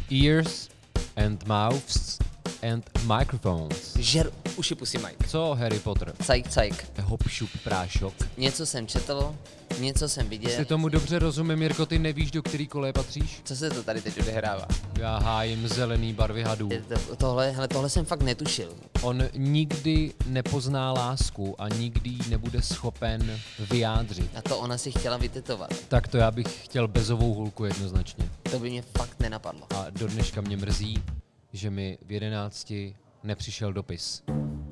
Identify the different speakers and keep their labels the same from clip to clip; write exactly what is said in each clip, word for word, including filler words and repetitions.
Speaker 1: Ears and mouths and microphones.
Speaker 2: Žer uši pusy Mike.
Speaker 1: Co Harry Potter?
Speaker 2: Cajk, cajk.
Speaker 1: Hop, šup, prášok.
Speaker 2: Něco jsem četl, něco jsem viděl.
Speaker 1: Jestli tomu dobře rozumím, Jirko, ty nevíš, do který koleje patříš?
Speaker 2: Co se to tady teď odehrává?
Speaker 1: Já hájím zelený barvy hadů.
Speaker 2: Je to- Tohle, hele, tohle jsem fakt netušil.
Speaker 1: On nikdy nepozná lásku a nikdy ji nebude schopen vyjádřit.
Speaker 2: A to ona si chtěla vytetovat.
Speaker 1: Tak to já bych chtěl bezovou hulku jednoznačně.
Speaker 2: To by mě fakt nenapadlo.
Speaker 1: A do dneška mě mrzí, že mi v jedenácti nepřišel dopis.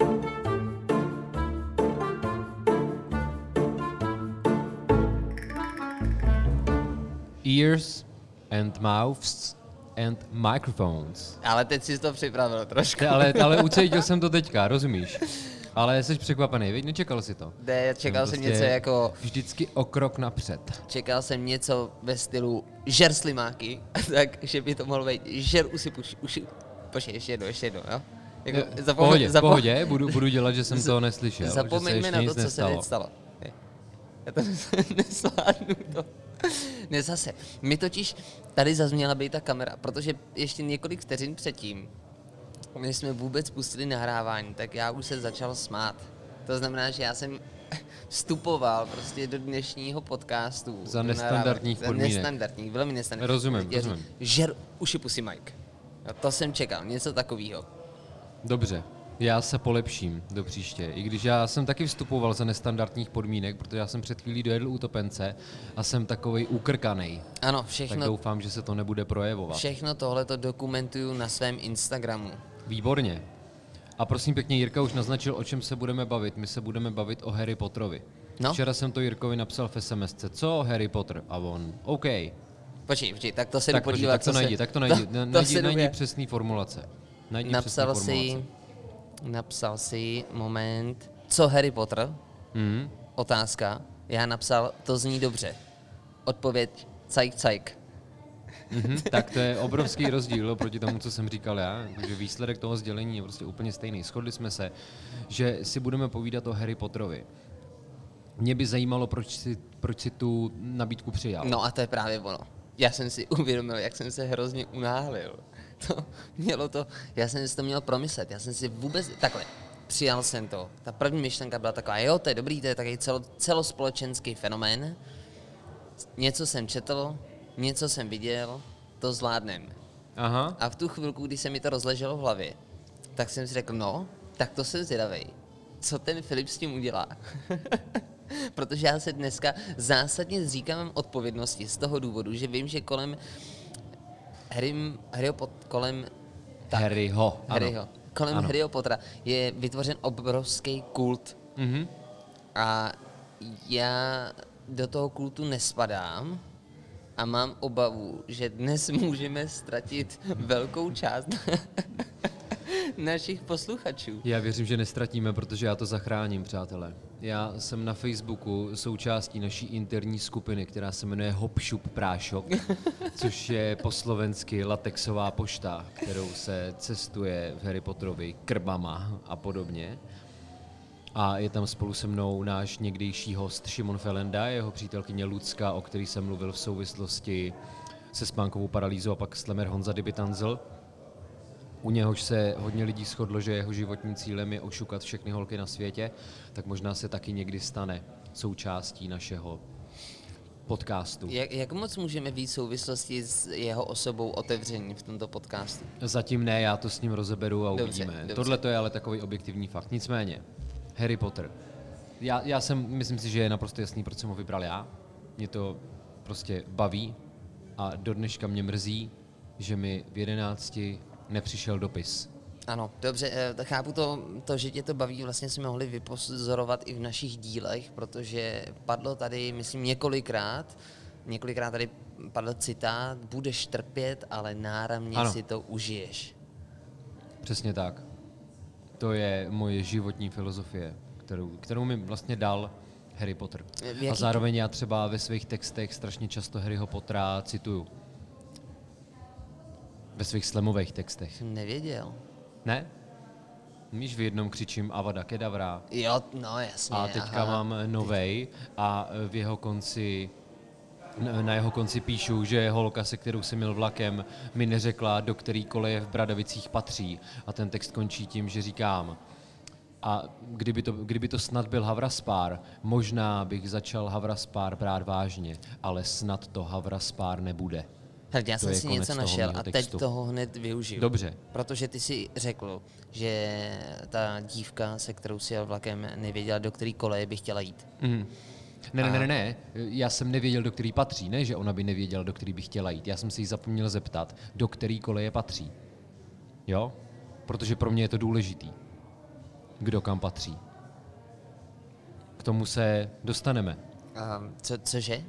Speaker 1: Ears and mouths and microphones.
Speaker 2: Ale teď jsi to připravil trošku.
Speaker 1: Te, ale, ale ucítil jsem to teďka, rozumíš? Ale jsi překvapený, viď? Nečekal jsi to.
Speaker 2: Ne, čekal
Speaker 1: No,
Speaker 2: jsem
Speaker 1: prostě
Speaker 2: něco jako,
Speaker 1: Vždycky o krok napřed.
Speaker 2: čekal jsem něco ve stylu žer slimáky, tak že by to mohlo být žer uši puši, uši, počkej, ještě jednou, ještě jednou, jo? Jako,
Speaker 1: V
Speaker 2: zapome-
Speaker 1: pohodě, v
Speaker 2: zapo-
Speaker 1: pohodě, budu, budu dělat, že jsem
Speaker 2: Z-
Speaker 1: to neslyšel.
Speaker 2: Zapomeňme
Speaker 1: že se
Speaker 2: na to,
Speaker 1: ještě
Speaker 2: co
Speaker 1: nic
Speaker 2: se
Speaker 1: nestalo.
Speaker 2: teď stalo. Ne. Já to nesládnu to. Ne zase. My totiž, tady zase měla být ta kamera, protože ještě několik vteřin předtím, než jsme vůbec pustili nahrávání, tak já už se začal smát. To znamená, že já jsem vstupoval prostě do dnešního podcastu.
Speaker 1: Za
Speaker 2: do
Speaker 1: nestandardních
Speaker 2: nahrávání.
Speaker 1: podmínek.
Speaker 2: Za nestandardních, velmi nestandardních.
Speaker 1: Rozumím,
Speaker 2: Já říkám,
Speaker 1: rozumím.
Speaker 2: Žer uši pusy Mike. No, to jsem čekal, něco takového.
Speaker 1: Dobře, já se polepším do příště. I když já jsem taky vstupoval za nestandardních podmínek, protože já jsem před chvílí dojedl utopence a jsem takovej ukrkanej.
Speaker 2: Ano,
Speaker 1: Tak
Speaker 2: všechno,
Speaker 1: doufám, že se to nebude projevovat.
Speaker 2: všechno tohle to dokumentuju na svém Instagramu.
Speaker 1: Výborně. A prosím pěkně, Jirka už naznačil, o čem se budeme bavit. My se budeme bavit o Harry Potterovi.
Speaker 2: No.
Speaker 1: Včera jsem to Jirkovi napsal v SMSce. Co Harry Potter? A on, OK.
Speaker 2: Počkej, počkej, tak to se
Speaker 1: Tak,
Speaker 2: jdu
Speaker 1: počkej,
Speaker 2: podívat,
Speaker 1: tak to
Speaker 2: co se-
Speaker 1: najdi, tak to najdi.
Speaker 2: To,
Speaker 1: Na-
Speaker 2: to
Speaker 1: najdi,
Speaker 2: se jdu
Speaker 1: najdi
Speaker 2: vě-
Speaker 1: přesný formulace. Najdi
Speaker 2: Napsal
Speaker 1: přesný
Speaker 2: si,
Speaker 1: formulace.
Speaker 2: napsal si, moment, co Harry Potter?
Speaker 1: Mhm.
Speaker 2: Otázka. Já napsal, to zní dobře. Odpověď, cajk, cajk.
Speaker 1: Mhm, tak to je obrovský rozdíl proti tomu, co jsem říkal já, že výsledek toho sdělení je prostě úplně stejný. Shodli jsme se, že si budeme povídat o Harry Potterovi. Mě by zajímalo, proč si, proč si tu nabídku přijal.
Speaker 2: No a to je právě ono. Já jsem si uvědomil, jak jsem se hrozně unáhlil. To mělo to, já jsem si to měl promyslet, já jsem si vůbec, takhle, přijal jsem to. Ta první myšlenka byla taková, jo, to je dobrý, to je takový celo, celospolečenský fenomén. Něco jsem četl, něco jsem viděl, to zvládnem.
Speaker 1: Aha.
Speaker 2: A v tu chvilku, kdy se mi to rozleželo v hlavě, tak jsem si řekl, no, tak to jsem zvědavej. Co ten Filip s tím udělá? Protože já se dneska zásadně zříkám odpovědnosti z toho důvodu, že vím, že kolem Harry, Harryho pod, kolem tak,
Speaker 1: Harryho. ano.
Speaker 2: Harryho, kolem
Speaker 1: Ano.
Speaker 2: Harryho Pottera je vytvořen obrovský kult.
Speaker 1: Mhm.
Speaker 2: A já do toho kultu nespadám a mám obavu, že dnes můžeme ztratit velkou část našich posluchačů.
Speaker 1: Já věřím, že nestratíme, protože já to zachráním, přátelé. Já jsem na Facebooku součástí naší interní skupiny, která se jmenuje Hop, šup, prášok, což je po slovensky latexová pošta, kterou se cestuje v Harry Potterovi krbama a podobně. A je tam spolu se mnou náš někdejší host Šimon Felenda, jeho přítelkyně Lucka, o který jsem mluvil v souvislosti se spánkovou paralýzou, a pak Slemer Honza Dybitanzl. U něhož se hodně lidí shodlo, že jeho životním cílem je ošukat všechny holky na světě, tak možná se taky někdy stane součástí našeho podcastu.
Speaker 2: Jak, jak moc můžeme víc souvislosti s jeho osobou otevření v tomto podcastu?
Speaker 1: Zatím ne, já to s ním rozeberu a
Speaker 2: Dobře,
Speaker 1: uvidíme.
Speaker 2: dobře.
Speaker 1: Tohle to je ale takový objektivní fakt. Nicméně, Harry Potter. Já, já jsem, myslím si, že je naprosto jasný, proč jsem ho vybral já. Mě to prostě baví a do dneška mě mrzí, že mi v jedenácti nepřišel dopis.
Speaker 2: Ano, dobře, eh, chápu to, to, že tě to baví, vlastně jsme mohli vypozorovat i v našich dílech, protože padlo tady, myslím, několikrát, několikrát tady padl citát, budeš trpět, ale náramně
Speaker 1: Ano.
Speaker 2: si to užiješ.
Speaker 1: Přesně tak. To je moje životní filozofie, kterou, kterou mi vlastně dal Harry Potter.
Speaker 2: V
Speaker 1: A
Speaker 2: jaký-
Speaker 1: zároveň já třeba ve svých textech strašně často Harryho Pottera cituju. Ve svých slamových textech.
Speaker 2: Jsem nevěděl.
Speaker 1: Ne? Víš, v jednom křičím Avada Kedavra
Speaker 2: Jo, no jasně.
Speaker 1: a teďka
Speaker 2: aha.
Speaker 1: mám novej a v jeho konci na jeho konci píšu, že holka, se kterou jsem měl vlakem, mi neřekla, do který koleje v Bradavicích patří. A ten text končí tím, že říkám, a kdyby to, kdyby to snad byl Havraspár, možná bych začal Havraspár brát vážně, ale snad to Havraspár nebude.
Speaker 2: Hele, já
Speaker 1: To
Speaker 2: jsem
Speaker 1: je
Speaker 2: si
Speaker 1: konec
Speaker 2: něco
Speaker 1: toho
Speaker 2: našel
Speaker 1: mýho
Speaker 2: a teď
Speaker 1: textu.
Speaker 2: toho hned využiju.
Speaker 1: Dobře.
Speaker 2: Protože ty si řekl, že ta dívka, se kterou si jel vlakem, nevěděla, do který koleje by chtěla jít.
Speaker 1: Mhm. Ne, ne, ne, ne, ne, já jsem nevěděl, do který patří, ne, že ona by nevěděla, do který by chtěla jít. Já jsem si ji zapomněl zeptat, do který koleje patří. Jo? Protože pro mě je to důležitý. Kdo kam patří. K tomu se dostaneme.
Speaker 2: A co, cože?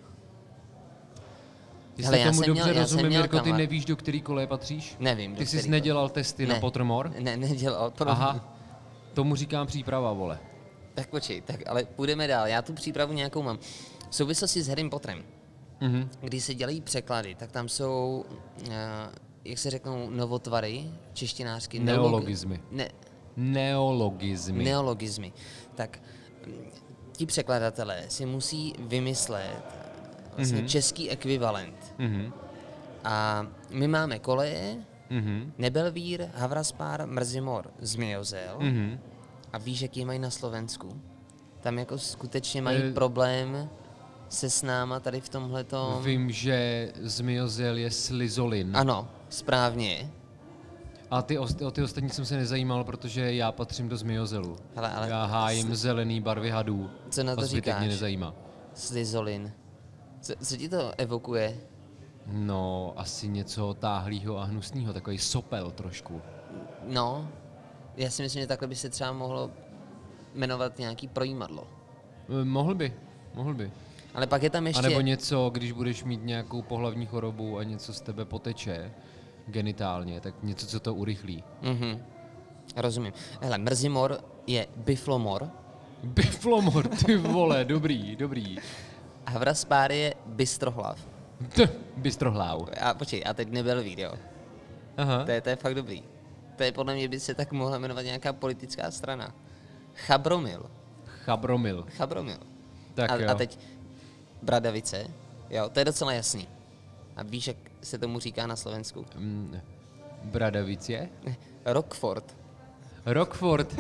Speaker 1: Jestli
Speaker 2: Hele, já
Speaker 1: tomu
Speaker 2: jsem
Speaker 1: dobře
Speaker 2: měl- já jsem
Speaker 1: rozumím,
Speaker 2: měl
Speaker 1: Jirko, ty
Speaker 2: kamarád-
Speaker 1: nevíš, do který koleje patříš?
Speaker 2: Nevím, do
Speaker 1: Ty jsi
Speaker 2: který
Speaker 1: nedělal testy
Speaker 2: Ne.
Speaker 1: na Pottermore?
Speaker 2: Ne, nedělal. Pro...
Speaker 1: Aha, tomu říkám příprava, vole.
Speaker 2: Tak počkej, tak ale půjdeme dál. Já tu přípravu nějakou mám. V souvislosti s Harrym Potterem,
Speaker 1: Mhm.
Speaker 2: když se dělají překlady, tak tam jsou, uh, jak se řeknou, novotvary, češtinářsky.
Speaker 1: Neologizmy.
Speaker 2: Ne,
Speaker 1: Neologizmy.
Speaker 2: neologizmy. Tak mm, ti překladatelé si musí vymyslet vlastně
Speaker 1: Mhm.
Speaker 2: český ekvivalent.
Speaker 1: Mhm.
Speaker 2: A my máme koleje,
Speaker 1: Mhm.
Speaker 2: Nebelvír, Havraspár, Mrzimor, Zmijozel.
Speaker 1: Mhm.
Speaker 2: A víš, jaký mají na Slovensku? Tam jako skutečně mají
Speaker 1: Eh.
Speaker 2: problém se s náma tady v tomhletom.
Speaker 1: Vím, že Zmiozel je slizolin.
Speaker 2: Ano, správně.
Speaker 1: A ty, ost- o ty ostatní jsem se nezajímal, protože já patřím do Zmiozelu.
Speaker 2: Hele, ale
Speaker 1: Já hájím zelený barvy hadů.
Speaker 2: Co na to
Speaker 1: a zbytek
Speaker 2: říkáš?
Speaker 1: mě nezajímá.
Speaker 2: Slizolin. Co, co ti to evokuje?
Speaker 1: No, asi něco táhlýho a hnusného, takový sopel trošku.
Speaker 2: No, já si myslím, že takhle by se třeba mohlo jmenovat nějaký projímadlo.
Speaker 1: Eh, Mohl by, mohl by.
Speaker 2: Ale pak je tam ještě...
Speaker 1: A nebo něco, když budeš mít nějakou pohlavní chorobu a něco z tebe poteče genitálně, tak něco, co to urychlí.
Speaker 2: Mhm. Rozumím. Hele, Mrzimor je biflomor,
Speaker 1: Biflomor, ty vole, dobrý, dobrý.
Speaker 2: Havraspár je bystrohlav.
Speaker 1: T, bystrohláv.
Speaker 2: A počkej, a teď Nebelvír, jo.
Speaker 1: Aha.
Speaker 2: To je, to je fakt dobrý. To je podle mě by se tak mohla jmenovat nějaká politická strana. Chabromil.
Speaker 1: Chabromil.
Speaker 2: Chabromil.
Speaker 1: Tak
Speaker 2: a,
Speaker 1: jo.
Speaker 2: a teď Bradavice. Jo, to je docela jasný. A víš, jak se tomu říká na Slovensku?
Speaker 1: Mm, Bradavice?
Speaker 2: Rockford.
Speaker 1: Rockford.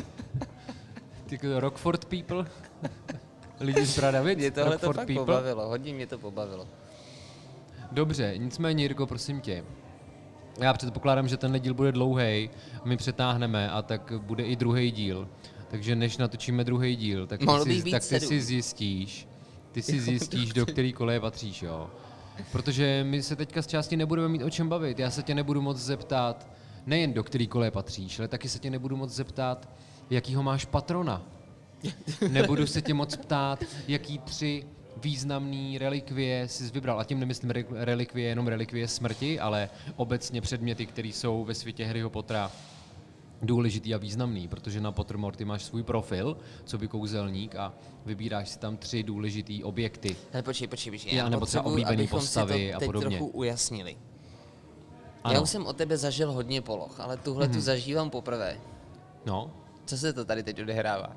Speaker 1: Ty Rockford people? Lidi z Bradavic?
Speaker 2: Mě tohle to
Speaker 1: Rockford
Speaker 2: fakt
Speaker 1: people?
Speaker 2: pobavilo, hodně mě to pobavilo.
Speaker 1: Dobře, nicméně, Jirko, prosím tě. Já předpokládám, že tenhle díl bude dlouhý, my přetáhneme a tak bude i druhý díl. Takže než natočíme druhý díl, tak ty,
Speaker 2: Mohl bych
Speaker 1: si,
Speaker 2: být
Speaker 1: tak ty
Speaker 2: sedm.
Speaker 1: si zjistíš, ty si zjistíš, do který koleje patříš, jo. Protože my se teďka z části nebudeme mít o čem bavit. Já se tě nebudu moc zeptat, nejen do který koleje patříš, ale taky se tě nebudu moc zeptat, jakýho máš patrona. Nebudu se tě moc ptát, jaký tři významný relikvie jsi vybral. A tím nemyslím re- relikvie, jenom relikvie smrti, ale obecně předměty, které jsou ve světě Harryho Pottera důležitý a významný, protože na Pottermore ty máš svůj profil, co by kouzelník a vybíráš si tam tři důležitý objekty.
Speaker 2: Ale počkej, počkej, počkej.
Speaker 1: Já,
Speaker 2: Já
Speaker 1: nebo třeba
Speaker 2: potřebuji,
Speaker 1: oblíbený
Speaker 2: abychom
Speaker 1: postavy
Speaker 2: si to
Speaker 1: a
Speaker 2: teď
Speaker 1: podobně.
Speaker 2: trochu ujasnili.
Speaker 1: Ano.
Speaker 2: Já už jsem od tebe zažil hodně poloh, ale tuhle
Speaker 1: Mhm.
Speaker 2: tu zažívám poprvé.
Speaker 1: No,
Speaker 2: Co se to tady teď odehrává?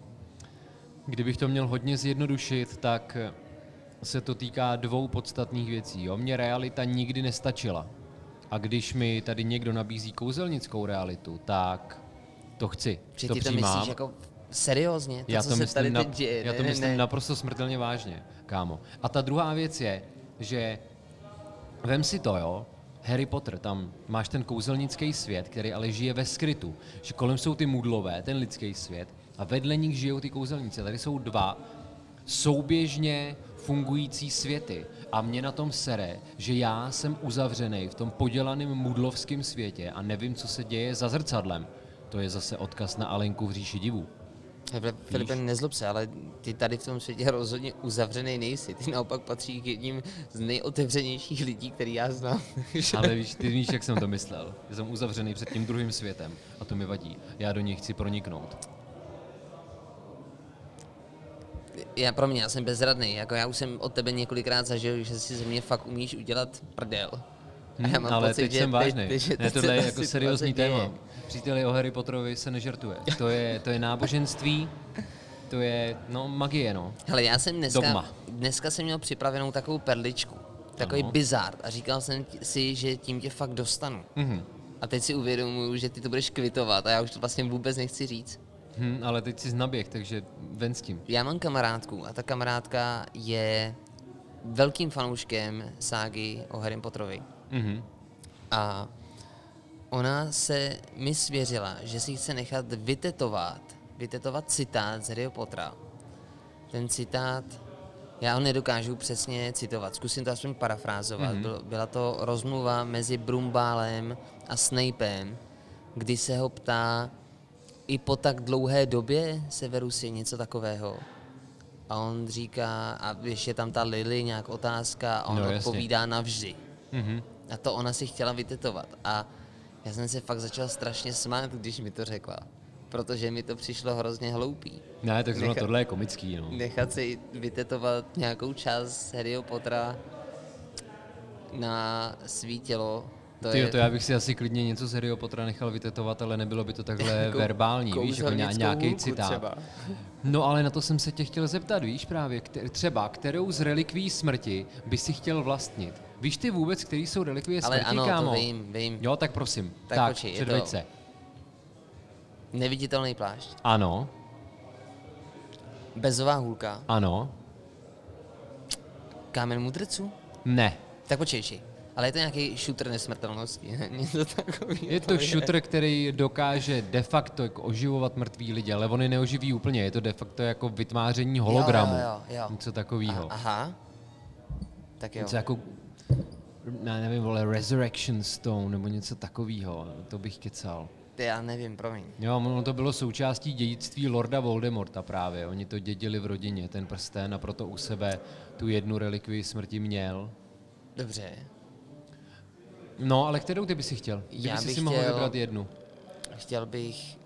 Speaker 1: kdybych to měl hodně zjednodušit, tak se to týká dvou podstatných věcí. Jo? Mně realita nikdy nestačila. A když mi tady někdo nabízí kouzelnickou realitu, tak to chci.
Speaker 2: Že
Speaker 1: to
Speaker 2: ty to
Speaker 1: přijímám.
Speaker 2: myslíš jako seriózně? To,
Speaker 1: já
Speaker 2: co
Speaker 1: to
Speaker 2: se
Speaker 1: myslím,
Speaker 2: tady
Speaker 1: na,
Speaker 2: teď děje?
Speaker 1: já to
Speaker 2: ne,
Speaker 1: myslím
Speaker 2: ne, ne.
Speaker 1: naprosto smrtelně vážně, kámo. A ta druhá věc je, že vem si to, jo, Harry Potter, tam máš ten kouzelnický svět, který ale žije ve skrytu. Že kolem jsou ty mudlové, ten lidský svět, a vedle nich žijou ty kouzelníci. Tady jsou dva souběžně fungující světy. A mě na tom sere, že já jsem uzavřený v tom podělaném mudlovském světě a nevím, co se děje za zrcadlem. To je zase odkaz na Alenku v říši divů.
Speaker 2: Hele, Filipe, nezlob se, ale ty tady v tom světě rozhodně uzavřený nejsi. Ty naopak patří k jedním z nejotevřenějších lidí, který já znám.
Speaker 1: Ale víš, ty víš, jak jsem to myslel. Já jsem uzavřený před tím druhým světem a to mi vadí. Já do něj chci proniknout.
Speaker 2: Já pro mě, já jsem bezradný. Jako já už jsem od tebe několikrát zažil, že si ze mě fakt umíš udělat prdel. A já mám
Speaker 1: Ale
Speaker 2: pocit,
Speaker 1: teď
Speaker 2: že
Speaker 1: jsem vážný.
Speaker 2: teď- že
Speaker 1: Ne,
Speaker 2: teď
Speaker 1: tohle
Speaker 2: se
Speaker 1: je
Speaker 2: ta
Speaker 1: jako
Speaker 2: situace
Speaker 1: seriózní
Speaker 2: děje.
Speaker 1: téma. Příteli, o Harry Potterovi se nežertuje. To je, to je náboženství to je, no, magie, no.
Speaker 2: Hele, já jsem dneska,
Speaker 1: Dogma.
Speaker 2: dneska jsem měl připravenou takovou perličku, takový
Speaker 1: Ano.
Speaker 2: bizard a říkal jsem ti- si, že tím tě fakt dostanu.
Speaker 1: Mhm.
Speaker 2: A teď si uvědomuju, že ty to budeš kvitovat a já už to vlastně vůbec nechci říct.
Speaker 1: Hm, ale teď jsi naběh, takže ven s tím.
Speaker 2: Já mám kamarádku a ta kamarádka je velkým fanouškem ságy o Harry Potterovi.
Speaker 1: Mhm.
Speaker 2: A ona se mi svěřila, že si chce nechat vytetovat, vytetovat citát z Harryho Pottera. Ten citát, já ho nedokážu přesně citovat, zkusím to aspoň parafrázovat.
Speaker 1: Mhm.
Speaker 2: Byl, byla to rozmluva mezi Brumbálem a Snapem, kdy se ho ptá, i po tak dlouhé době, Severusi, něco takového. A on říká, a ještě je tam ta Lily, nějak otázka, a on
Speaker 1: No,
Speaker 2: no,
Speaker 1: jasně.
Speaker 2: odpovídá navždy.
Speaker 1: Mhm.
Speaker 2: A to ona si chtěla vytetovat. A já jsem se fakt začal strašně smát, když mi to řekla. Protože mi to přišlo hrozně hloupý.
Speaker 1: Ne, tak zrovna
Speaker 2: Nechat-
Speaker 1: tohle je komický, no.
Speaker 2: Nechat si vytetovat nějakou část Harryho Pottera na svý tělo, to
Speaker 1: Tyjo,
Speaker 2: je
Speaker 1: to já bych si asi klidně něco z Harryho Pottera nechal vytetovat, ale nebylo by to takhle
Speaker 2: jako
Speaker 1: verbální, víš, jako ně-
Speaker 2: kouzelnickou
Speaker 1: nějaký
Speaker 2: hůlku
Speaker 1: citát.
Speaker 2: třeba.
Speaker 1: No ale na to jsem se tě chtěl zeptat, víš právě, kter- třeba kterou z relikví smrti by si chtěl vlastnit? Víš ty vůbec, který jsou relikvie
Speaker 2: Ale
Speaker 1: smrti,
Speaker 2: ano,
Speaker 1: kámo?
Speaker 2: to vím, vím.
Speaker 1: Jo, tak prosím.
Speaker 2: Tak
Speaker 1: Tak,
Speaker 2: počkej, je
Speaker 1: předveď
Speaker 2: to-
Speaker 1: se.
Speaker 2: Neviditelný plášť,
Speaker 1: Ano,
Speaker 2: bezová hůlka,
Speaker 1: ano,
Speaker 2: kámen mudrců.
Speaker 1: ne.
Speaker 2: Tak počkej, počkej. Ale je to nějaký šutr nesmrtelnosti, něco takového.
Speaker 1: Je to šutr, který dokáže de facto jako oživovat mrtvý lidi, ale on je neoživí úplně, je to de facto jako vytváření hologramu.
Speaker 2: Jo, jo, jo.
Speaker 1: Něco takového.
Speaker 2: Aha. Tak jo.
Speaker 1: Něco jako, ne, nevím, vole, Resurrection Stone nebo něco takového, to bych kecal.
Speaker 2: Ty, já nevím, promiň.
Speaker 1: Jo, ono to bylo součástí dědictví Lorda Voldemorta právě. Oni to dědili v rodině, ten prsten, a proto u sebe tu jednu relikvii smrti měl.
Speaker 2: Dobře.
Speaker 1: No, ale kterou ty by si chtěl? Kdyby
Speaker 2: Já
Speaker 1: si
Speaker 2: bych
Speaker 1: si mohl
Speaker 2: chtěl-
Speaker 1: vybrat jednu.
Speaker 2: Chtěl bych...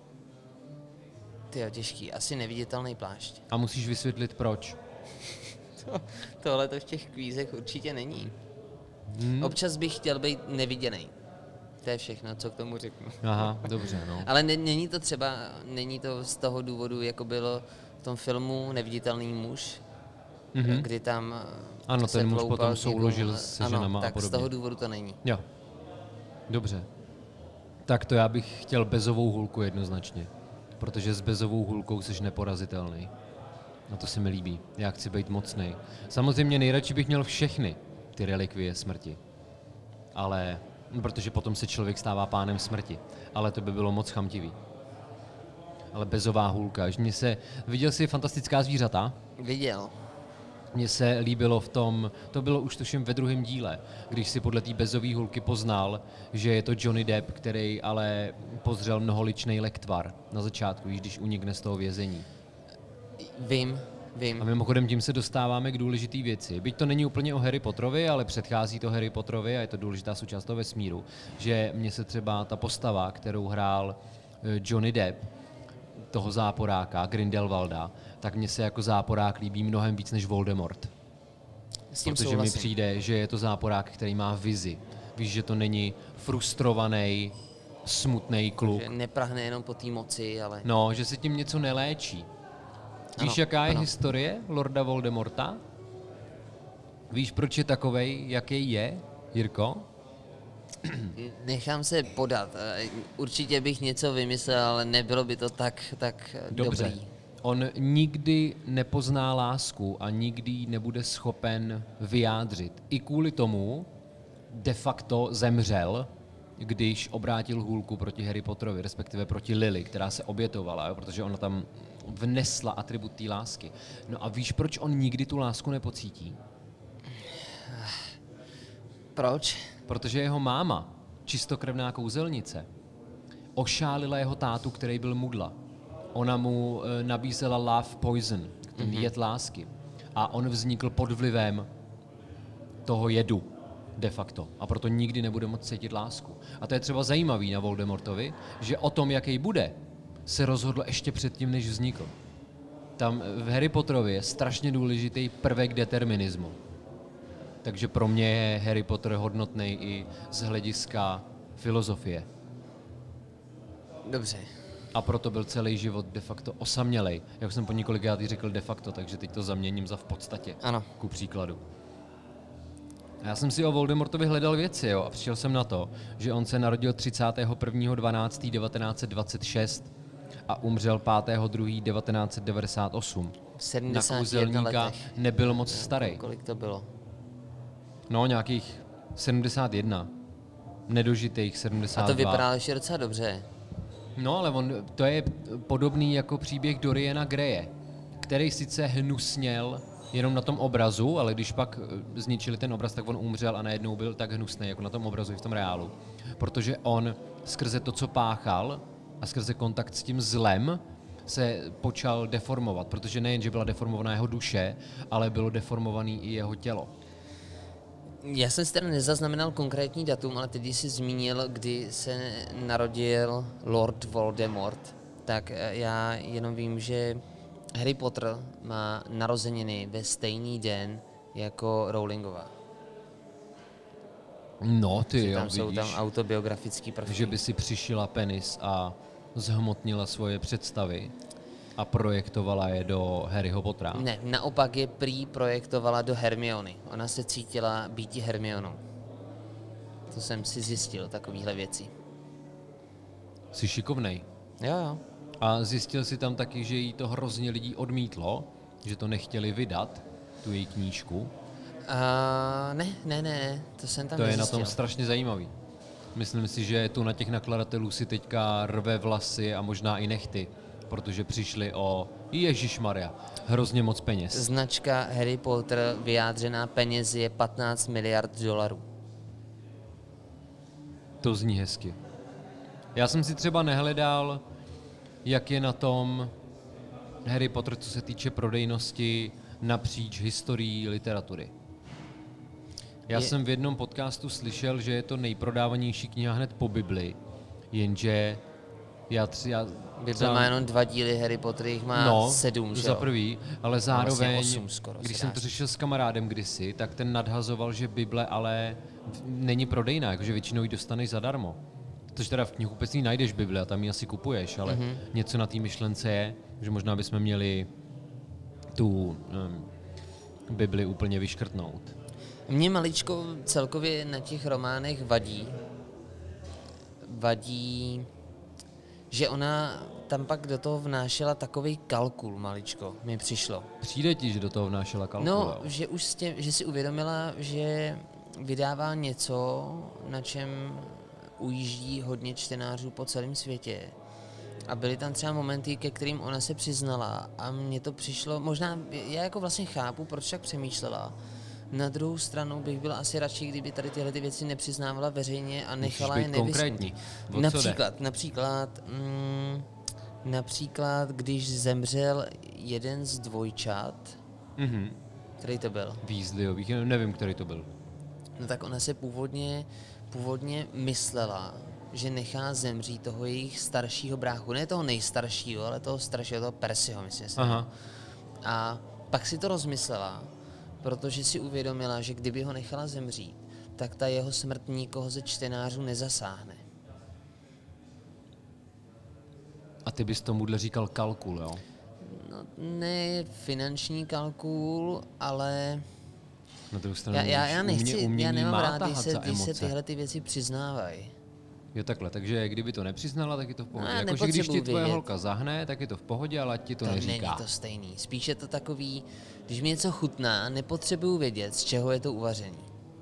Speaker 2: Ty těžký. Asi neviditelný plášť.
Speaker 1: A musíš vysvětlit proč.
Speaker 2: To, tohle to v těch kvízech určitě není.
Speaker 1: Hmm.
Speaker 2: Občas bych chtěl být neviděný. To je všechno, co k tomu řeknu.
Speaker 1: Aha, dobře, no.
Speaker 2: Ale ne, není to třeba, není to z toho důvodu, jako bylo v tom filmu Neviditelný muž,
Speaker 1: Mhm.
Speaker 2: kdy tam
Speaker 1: Ano,
Speaker 2: se
Speaker 1: ten muž
Speaker 2: vloupal
Speaker 1: potom
Speaker 2: k někomu.
Speaker 1: souložil se
Speaker 2: Ano,
Speaker 1: ženama a
Speaker 2: tak z
Speaker 1: podobně.
Speaker 2: toho důvodu to není.
Speaker 1: Jo. Dobře. Tak to já bych chtěl bezovou hůlku jednoznačně. Protože s bezovou hůlkou jsi neporazitelný. A to se mi líbí. Já chci být mocnej. Samozřejmě nejradši bych měl všechny ty relikvie smrti. Ale, no, protože potom se člověk stává pánem smrti. Ale to by bylo moc chamtivý. Ale bezová hůlka. Že Mně se, viděl jsi Fantastická zvířata?
Speaker 2: Viděl.
Speaker 1: Mně se líbilo v tom, to bylo už tuším ve druhém díle, když si podle té bezové hulky poznal, že je to Johnny Depp, který ale pozřel mnoholičnej lektvar na začátku, již když unikne z toho vězení.
Speaker 2: Vím, vím.
Speaker 1: A mimochodem tím se dostáváme k důležité věci. Byť to není úplně o Harry Potterovi, ale předchází to Harry Potterovi a je to důležitá součást toho vesmíru, že mně se třeba ta postava, kterou hrál eh, Johnny Depp, toho záporáka, Grindelwalda, tak mně se jako záporák líbí mnohem víc než Voldemort.
Speaker 2: S tím
Speaker 1: Protože mi
Speaker 2: souhlasím.
Speaker 1: přijde, že je to záporák, který má vizi. Víš, že to není frustrovaný, smutný kluk.
Speaker 2: Že neprahne jenom po té moci, ale...
Speaker 1: No, že se tím něco neléčí. Víš,
Speaker 2: Ano,
Speaker 1: jaká je
Speaker 2: ano.
Speaker 1: historie Lorda Voldemorta? Víš, proč je takovej, jaký je, Jirko?
Speaker 2: Nechám se podat. Eh, Určitě bych něco vymyslel, ale nebylo by to tak, tak eh,
Speaker 1: Dobře.
Speaker 2: dobrý.
Speaker 1: On nikdy nepozná lásku a nikdy ji nebude schopen vyjádřit. I kvůli tomu de facto zemřel, když obrátil hůlku proti Harry Potterovi, respektive proti Lily, která se obětovala, jo, protože ona tam vnesla atribut té lásky. No a víš, proč on nikdy tu lásku nepocítí?
Speaker 2: Proč?
Speaker 1: Protože jeho máma, čistokrevná kouzelnice, ošálila jeho tátu, který byl mudla. Ona mu e, nabízela love poison, ten jed lásky. A on vznikl pod vlivem toho jedu, de facto. A proto nikdy nebude moct cítit lásku. A to je třeba zajímavý na Voldemortovi, že o tom, jaký bude, se rozhodl ještě předtím, než vznikl. Tam v Harry Potterovi je strašně důležitý prvek determinismu. Takže pro mě je Harry Potter hodnotný i z hlediska filozofie.
Speaker 2: Dobře.
Speaker 1: A proto byl celý život de facto osamělej. Jak jsem po několikrát řekl de facto, takže teď to zaměním za v podstatě.
Speaker 2: Ano.
Speaker 1: Ku příkladu. A já jsem si o Voldemortovi hledal věci, jo, a přišel jsem na to, že on se narodil třicátého prvního dvanáctého devatenáct set dvacet šest a umřel pátého druhého devatenáct set devadesát osm.
Speaker 2: V
Speaker 1: Na
Speaker 2: sedmdesáti jedné
Speaker 1: kouzelníka
Speaker 2: letech.
Speaker 1: nebyl moc starý.
Speaker 2: Kolik to bylo?
Speaker 1: No, nějakých sedmdesát jedna. Nedožitých sedmdesát dva.
Speaker 2: A to vypadá ještě docela dobře.
Speaker 1: No, ale on, to je podobný jako příběh Doriana Graye, který sice hnusněl jenom na tom obrazu, ale když pak zničili ten obraz, tak on umřel a najednou byl tak hnusný, jako na tom obrazu i v tom reálu. Protože on skrze to, co páchal a skrze kontakt s tím zlem, se počal deformovat, protože nejen, že byla deformovaná jeho duše, ale bylo deformovaný i jeho tělo.
Speaker 2: Já jsem si teda nezaznamenal konkrétní datum, ale teď jsi zmínil, kdy se narodil Lord Voldemort, tak já jenom vím, že Harry Potter má narozeniny ve stejný den jako Rowlingova.
Speaker 1: No, ty jo,
Speaker 2: Tam jsou
Speaker 1: vidíš,
Speaker 2: tam autobiografický prvky.
Speaker 1: že by si přišila penis a zhmotnila svoje představy a projektovala je do Harryho Pottera.
Speaker 2: Ne, naopak je prý projektovala do Hermiony. Ona se cítila býti Hermionou. To jsem si zjistil, takovýhle věci.
Speaker 1: Jsi šikovnej.
Speaker 2: Jo, jo.
Speaker 1: A zjistil si tam taky, že jí to hrozně lidí odmítlo, že to nechtěli vydat, tu její knížku.
Speaker 2: A ne, ne, ne, to jsem tam
Speaker 1: To je na
Speaker 2: nezjistil.
Speaker 1: tom strašně zajímavý. Myslím si, že tu na těch nakladatelů si teďka rve vlasy a možná i nechty, protože přišli o Ježišmarja, hrozně moc peněz.
Speaker 2: Značka Harry Potter vyjádřená penězi je patnáct miliard dolarů.
Speaker 1: To zní hezky. Já jsem si třeba nehledal, jak je na tom Harry Potter, co se týče prodejnosti napříč historií literatury. Já
Speaker 2: Je-
Speaker 1: jsem v jednom podcastu slyšel, že je to nejprodávanější kniha hned po Bibli, jenže já, tři, já
Speaker 2: Bible
Speaker 1: třeba-
Speaker 2: má jenom dva díly, Harry Potter jich má
Speaker 1: no,
Speaker 2: sedm, že
Speaker 1: za
Speaker 2: jo?
Speaker 1: prvý, ale
Speaker 2: vlastně
Speaker 1: zároveň,
Speaker 2: osm skoro,
Speaker 1: když
Speaker 2: se
Speaker 1: jsem
Speaker 2: dá
Speaker 1: to
Speaker 2: říct.
Speaker 1: řešil s kamarádem kdysi, tak ten nadhazoval, že Bible ale v- není prodejná, jakože většinou ji dostaneš zadarmo. Což teda v knihkupectví najdeš Bibli a tam ji asi kupuješ, ale mm-hmm. něco na té myšlence je, že možná bychom měli tu um, Bibli úplně vyškrtnout.
Speaker 2: Mně maličko celkově na těch románech vadí, vadí, že ona tam pak do toho vnášela takový kalkul maličko, mi přišlo.
Speaker 1: Přijde ti, že do toho vnášela kalkul?
Speaker 2: No,
Speaker 1: jo?
Speaker 2: že už s tím, že si uvědomila, že vydává něco, na čem ujíždí hodně čtenářů po celém světě. A byly tam třeba momenty, ke kterým ona se přiznala a mně to přišlo, možná, já jako vlastně chápu, proč tak přemýšlela. Na druhou stranu bych byl asi radši, kdyby tady tyhle ty věci nepřiznávala veřejně a nechala je
Speaker 1: být konkrétní.
Speaker 2: nevyschnout.
Speaker 1: O co
Speaker 2: Například, například, mm, například, když zemřel jeden z dvojčat,
Speaker 1: Mhm.
Speaker 2: který to byl?
Speaker 1: Weasleyových, nevím, který to byl.
Speaker 2: No tak ona se původně, původně myslela, že nechá zemřít toho jejich staršího bráchu. Ne toho nejstaršího, ale toho staršího, toho Percyho, myslím si.
Speaker 1: Aha.
Speaker 2: A pak si to rozmyslela, protože si uvědomila, že kdyby ho nechala zemřít, tak ta jeho smrt nikoho ze čtenářů nezasáhne.
Speaker 1: A ty bys tomuhle říkal kalkul, jo?
Speaker 2: No, ne finanční kalkul, ale
Speaker 1: Na druhou stranu
Speaker 2: já, já, já
Speaker 1: už
Speaker 2: nechci,
Speaker 1: umě, umění
Speaker 2: já nemám
Speaker 1: má
Speaker 2: rád, když
Speaker 1: tahat
Speaker 2: se,
Speaker 1: za
Speaker 2: když se
Speaker 1: emoce.
Speaker 2: tyhle ty věci přiznávají.
Speaker 1: Jo takhle, takže kdyby to nepřiznala, tak je to v pohodě.
Speaker 2: No, já
Speaker 1: Jakože když ti
Speaker 2: nepotřebuji
Speaker 1: tvoje
Speaker 2: vědět.
Speaker 1: holka zahne, tak je to v pohodě, ale ať ti to,
Speaker 2: To
Speaker 1: neříká.
Speaker 2: není to stejný. Spíš je to takový, když mi něco chutná, nepotřebuju vědět, z čeho je to uvařený.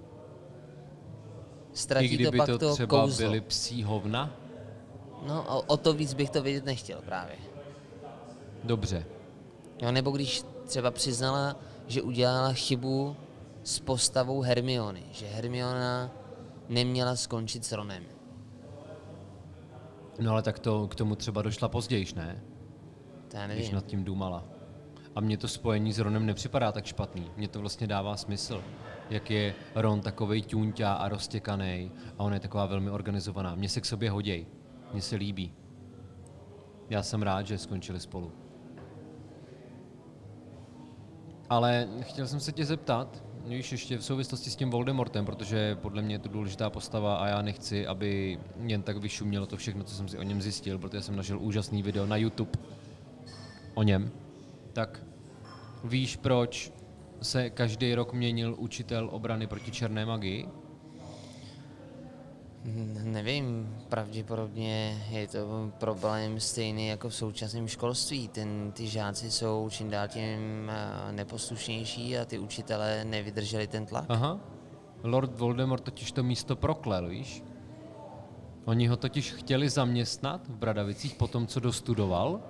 Speaker 1: I
Speaker 2: Ztratí to
Speaker 1: kdyby
Speaker 2: pak
Speaker 1: to,
Speaker 2: to
Speaker 1: třeba
Speaker 2: kouzlo.
Speaker 1: byly psí hovna?
Speaker 2: No, o, o to víc bych to vědět nechtěl právě.
Speaker 1: Dobře.
Speaker 2: Jo, nebo když třeba přiznala, že udělala chybu s postavou Hermiony, že Hermiona neměla skončit s Ronem.
Speaker 1: No ale tak to k tomu třeba došla později, ne?
Speaker 2: To já
Speaker 1: Když
Speaker 2: nevím.
Speaker 1: nad tím důmala. A mně to spojení s Ronem nepřipadá tak špatný. Mně to vlastně dává smysl. Jak je Ron takovej ťuňťa a roztěkanej a ona je taková velmi organizovaná. Mně se k sobě hoděj. Mně se líbí. Já jsem rád, že skončili spolu. Ale chtěl jsem se tě zeptat, Víš, ještě v souvislosti s tím Voldemortem, protože podle mě je to důležitá postava a já nechci, aby jen tak vyšumělo to všechno, co jsem si o něm zjistil, protože jsem našel úžasný video na YouTube o něm. Tak víš, proč se každý rok měnil učitel obrany proti černé magii?
Speaker 2: Nevím, pravděpodobně je to problém stejný jako v současném školství. Ten, ty žáci jsou čím dál tím neposlušnější a ty učitelé nevydrželi ten tlak.
Speaker 1: Aha. Lord Voldemort totiž to místo proklel, víš? Oni ho totiž chtěli zaměstnat v Bradavicích po tom, co dostudoval,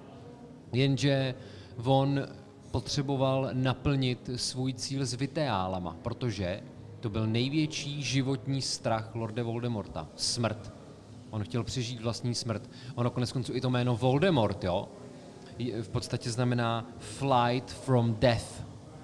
Speaker 1: jenže on potřeboval naplnit svůj cíl s viteálama, protože to byl největší životní strach Lorda Voldemorta. Smrt. On chtěl přežít vlastní smrt. Ono konec konců i to jméno Voldemort, jo, v podstatě znamená flight from death.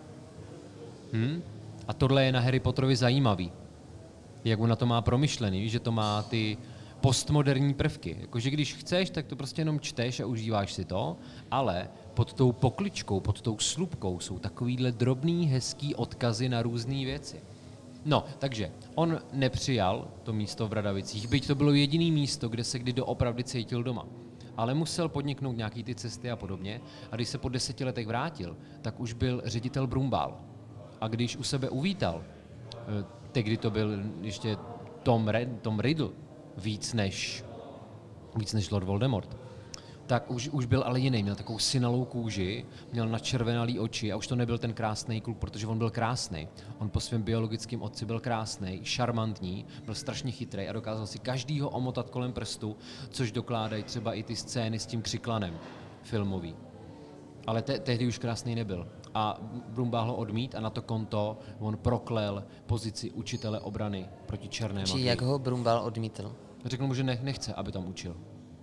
Speaker 1: Hm? A tohle je na Harry Potterovi zajímavý. Jak on na to má promyšlený, že to má ty postmoderní prvky. Jakože když chceš, tak to prostě jenom čteš a užíváš si to, ale pod tou pokličkou, pod tou slupkou jsou takovýhle drobný, hezký odkazy na různé věci. No, takže on nepřijal to místo v Bradavicích, byť to bylo jediné místo, kde se kdy doopravdy cítil doma. Ale musel podniknout nějaký ty cesty a podobně. A když se po deseti letech vrátil, tak už byl ředitel Brumbál. A když u sebe uvítal, tehdy to byl ještě Tom, Red, Tom Riddle, víc než, víc než Lord Voldemort, tak už, už byl ale jiný, měl takovou synalou kůži, měl načervenalý oči a už to nebyl ten krásný kluk, protože on byl krásný. On po svém biologickém otci byl krásný, šarmantní, byl strašně chytrý a dokázal si každýho omotat kolem prstu, což dokládají třeba i ty scény s tím křiklanem filmový. Ale te- tehdy už krásný nebyl. A Brumbál ho odmít a na to konto on proklel pozici učitele obrany proti černé magii.
Speaker 2: Či jak ho Brumbál odmítl?
Speaker 1: Řekl mu, že ne- nechce, aby tam učil.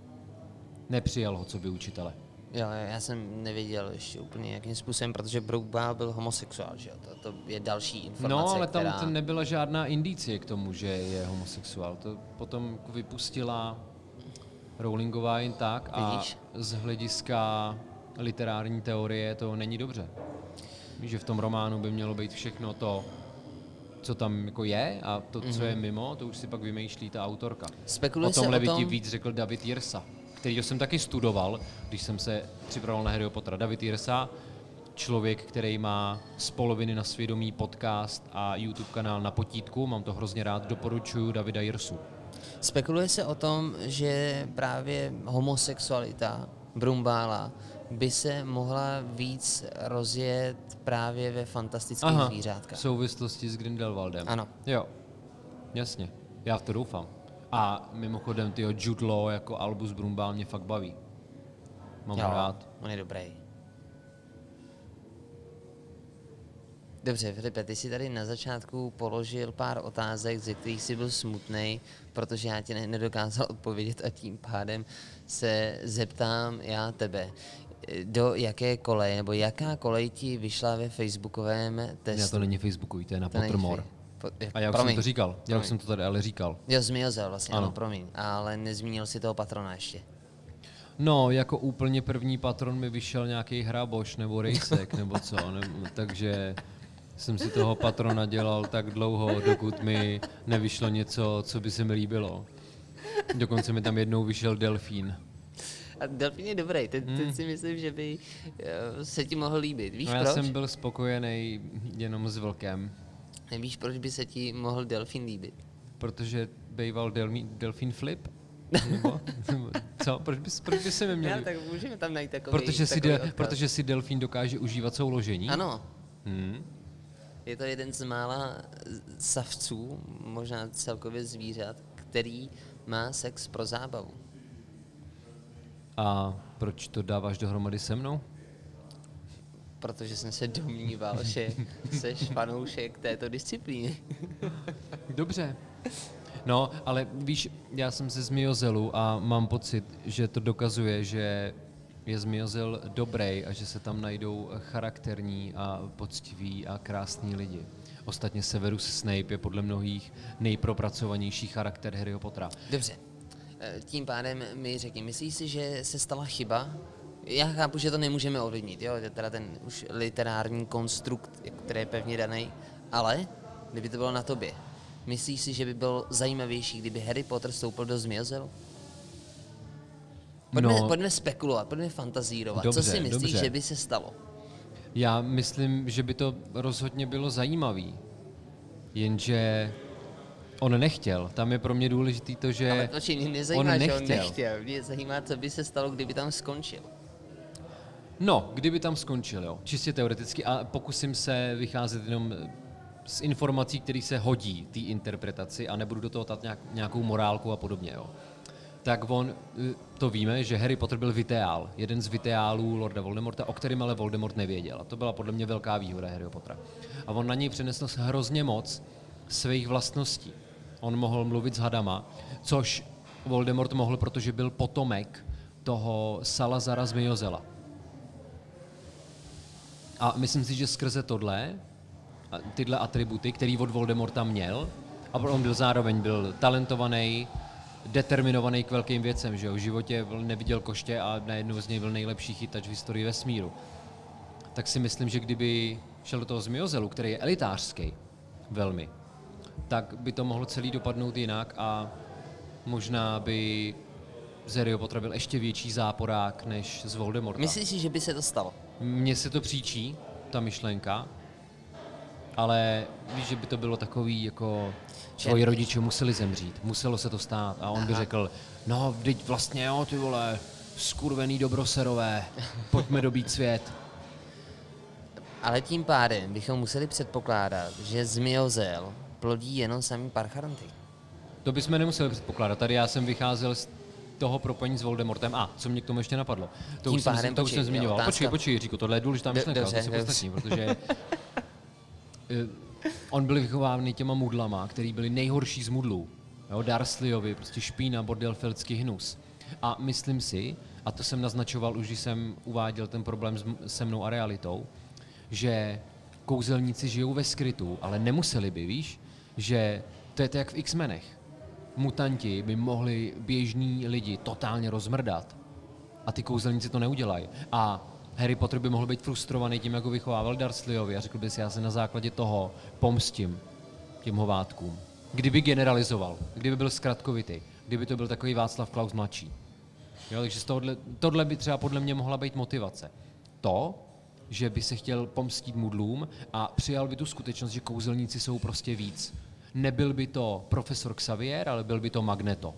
Speaker 1: Nepřijal ho co by učitele.
Speaker 2: Jo, já jsem nevěděl ještě úplně jakým způsobem, protože Brumbál byl homosexuál, že jo? To, to je další informace,
Speaker 1: No, ale tam
Speaker 2: která...
Speaker 1: nebyla žádná indicie k tomu, že je homosexuál. To potom vypustila Rowlingová jen tak a
Speaker 2: Vidíš?
Speaker 1: z hlediska literární teorie to není dobře. Víš, že v tom románu by mělo být všechno to, co tam jako je a to, mm-hmm. co je mimo, to už si pak vymýšlí ta autorka.
Speaker 2: Spekuluje
Speaker 1: o tomhle
Speaker 2: se
Speaker 1: by
Speaker 2: o tom...
Speaker 1: ti víc řekl David Jirsa, kterýho jsem taky studoval, když jsem se připravoval na Harryho Pottera. David Jirsa, člověk, který má z poloviny na svědomí podcast a YouTube kanál Na potítku, mám to hrozně rád, doporučuju Davida Jirsu.
Speaker 2: Spekuluje se o tom, že právě homosexualita Brumbála by se mohla víc rozjet právě ve fantastických
Speaker 1: Aha,
Speaker 2: zvířátkách.
Speaker 1: v souvislosti s Grindelwaldem.
Speaker 2: Ano.
Speaker 1: Jo, jasně, já v to doufám. A mimochodem, tyjo, Jude Law jako Albus Brumbál mě fakt baví. Mám
Speaker 2: Jo,
Speaker 1: ho rád.
Speaker 2: on je dobrý. Dobře, Filipe, ty jsi tady na začátku položil pár otázek, ze kterých jsi byl smutnej, protože já ti ne- nedokázal odpovědět a tím pádem se zeptám já tebe. Do jaké koleje, nebo jaká kolej ti vyšla ve facebookovém testu?
Speaker 1: Já to není Facebooku, to je na
Speaker 2: To není
Speaker 1: Pottermore.
Speaker 2: fi- po,
Speaker 1: A já už
Speaker 2: promiň,
Speaker 1: jsem to říkal, já
Speaker 2: promiň.
Speaker 1: už jsem to tady ale říkal.
Speaker 2: Jo, zmiozel vlastně, ano.
Speaker 1: Ano.
Speaker 2: promiň, ale nezmínil si toho patrona ještě.
Speaker 1: No, jako úplně první patron mi vyšel nějaký hraboš nebo rejsek nebo co, nebo, takže jsem si toho patrona dělal tak dlouho, dokud mi nevyšlo něco, co by se mi líbilo. Dokonce mi tam jednou vyšel delfín.
Speaker 2: A delfín je dobrý, ten, hmm. ten si myslím, že by uh, se ti mohl líbit. Víš
Speaker 1: No, já
Speaker 2: proč?
Speaker 1: jsem byl spokojený jenom s vlkem,
Speaker 2: Nevíš, proč by se ti mohl delfín líbit?
Speaker 1: protože býval delmí, delfín flip. Nebo, nebo co? Proč by, proč by se mi měl
Speaker 2: Já, tak můžeme tam najít takový,
Speaker 1: protože, si
Speaker 2: takový
Speaker 1: de,
Speaker 2: odkaz.
Speaker 1: protože si delfín dokáže užívat souložení?
Speaker 2: Ano,
Speaker 1: Hmm.
Speaker 2: je to jeden z mála savců, možná celkově zvířat, který má sex pro zábavu.
Speaker 1: A proč to dáváš dohromady se mnou?
Speaker 2: Protože jsem se domníval, že seš fanoušek této disciplíny.
Speaker 1: Dobře. No, ale víš, já jsem ze Zmiozelu a mám pocit, že to dokazuje, že je Zmiozel dobrý a že se tam najdou charakterní a poctiví a krásní lidi. Ostatně Severus Snape je podle mnohých nejpropracovanější charakter Harryho Pottera.
Speaker 2: Dobře, E, tím pádem mi řekni, myslíš si, že se stala chyba? Já chápu, že to nemůžeme ovlivnit, jo, je teda ten už literární konstrukt, který je pevně daný, Ale kdyby to bylo na tobě, myslíš si, že by bylo zajímavější, kdyby Harry Potter vstoupil do Zmijozelu? Pojďme,
Speaker 1: No,
Speaker 2: pojďme spekulovat, pojďme fantazírovat.
Speaker 1: dobře,
Speaker 2: Co si myslíš,
Speaker 1: dobře.
Speaker 2: že by se stalo?
Speaker 1: Já myslím, že by to rozhodně bylo zajímavý. Jenže on nechtěl. Tam je pro mě důležitý to, že
Speaker 2: Ale počkej, mě
Speaker 1: on
Speaker 2: nezajímá, že on
Speaker 1: nechtěl.
Speaker 2: nechtěl. Mě zajímá, co by se stalo, kdyby tam skončil.
Speaker 1: No, kdyby tam skončil, jo. Čistě teoreticky a pokusím se vycházet jenom z informací, které se hodí té interpretaci a nebudu do toho dát nějak, nějakou morálku a podobně, jo. Tak on, to víme, že Harry Potter byl Viteál, jeden z Viteálů Lorda Voldemorta, o kterém ale Voldemort nevěděl. A to byla podle mě velká výhoda Harryho Pottera. A on na něj přenesl hrozně moc svých vlastností. On mohl mluvit s hadama, což Voldemort mohl, protože byl potomek toho Salazara Zmijozela. A myslím si, že skrze tohle, tyhle atributy, který od Voldemorta měl, a on byl zároveň byl talentovaný, determinovaný k velkým věcem, že jo? V životě neviděl koště a najednou z něj byl nejlepší chytač v historii vesmíru. Tak si myslím, že kdyby šel do toho Zmijozelu, který je elitářský velmi, tak by to mohlo celý dopadnout jinak a možná by z Harryho Pottera byl ještě větší záporák než z Voldemorta.
Speaker 2: Myslíš si, že by se to stalo?
Speaker 1: Mně se to příčí, ta myšlenka, ale víš, že by to bylo takový, jako tvoji rodiče museli zemřít, muselo se to stát a on Aha. by řekl, no, vždyť vlastně jo, ty vole, skurvený dobroserové, pojďme dobít svět.
Speaker 2: Ale tím pádem bychom museli předpokládat, že Zmijozel plodí jenom samý parcharanty.
Speaker 1: To bychom nemuseli předpokládat, tady já jsem vycházel z toho propojení s Voldemortem. A, co mě k tomu ještě napadlo? To
Speaker 2: tím
Speaker 1: už jsem,
Speaker 2: pádem,
Speaker 1: to už
Speaker 2: počkej,
Speaker 1: jsem zmiňoval.
Speaker 2: otázka.
Speaker 1: Počkej, počkej, Jiříku, tohle je důležitá myšlenka,
Speaker 2: dobře,
Speaker 1: to si postačím, protože on byl vychovávaný těma mudlama, který byli nejhorší z mudlů. Jo, Dursleyovi, prostě špína, bordel, felcký hnus. A myslím si, a to jsem naznačoval už, když jsem uváděl ten problém s, se mnou a realitou, že kouzelníci žijou ve skrytu, ale nemuseli by, víš, že to je to jak v X-menech. Mutanti by mohli běžní lidi totálně rozmrdat a ty kouzelníci to neudělají. A Harry Potter by mohl být frustrovaný tím, jak ho vychovával Dursleyovi a řekl by si, já se na základě toho pomstím těm hovátkům. Kdyby generalizoval, kdyby byl zkratkovitý, kdyby to byl takový Václav Klaus mladší. Jo, takže z tohohle, tohle by třeba podle mě mohla být motivace. To, že by se chtěl pomstit mudlům a přijal by tu skutečnost, že kouzelníci jsou prostě víc. Nebyl by to profesor Xavier, ale byl by to Magneto.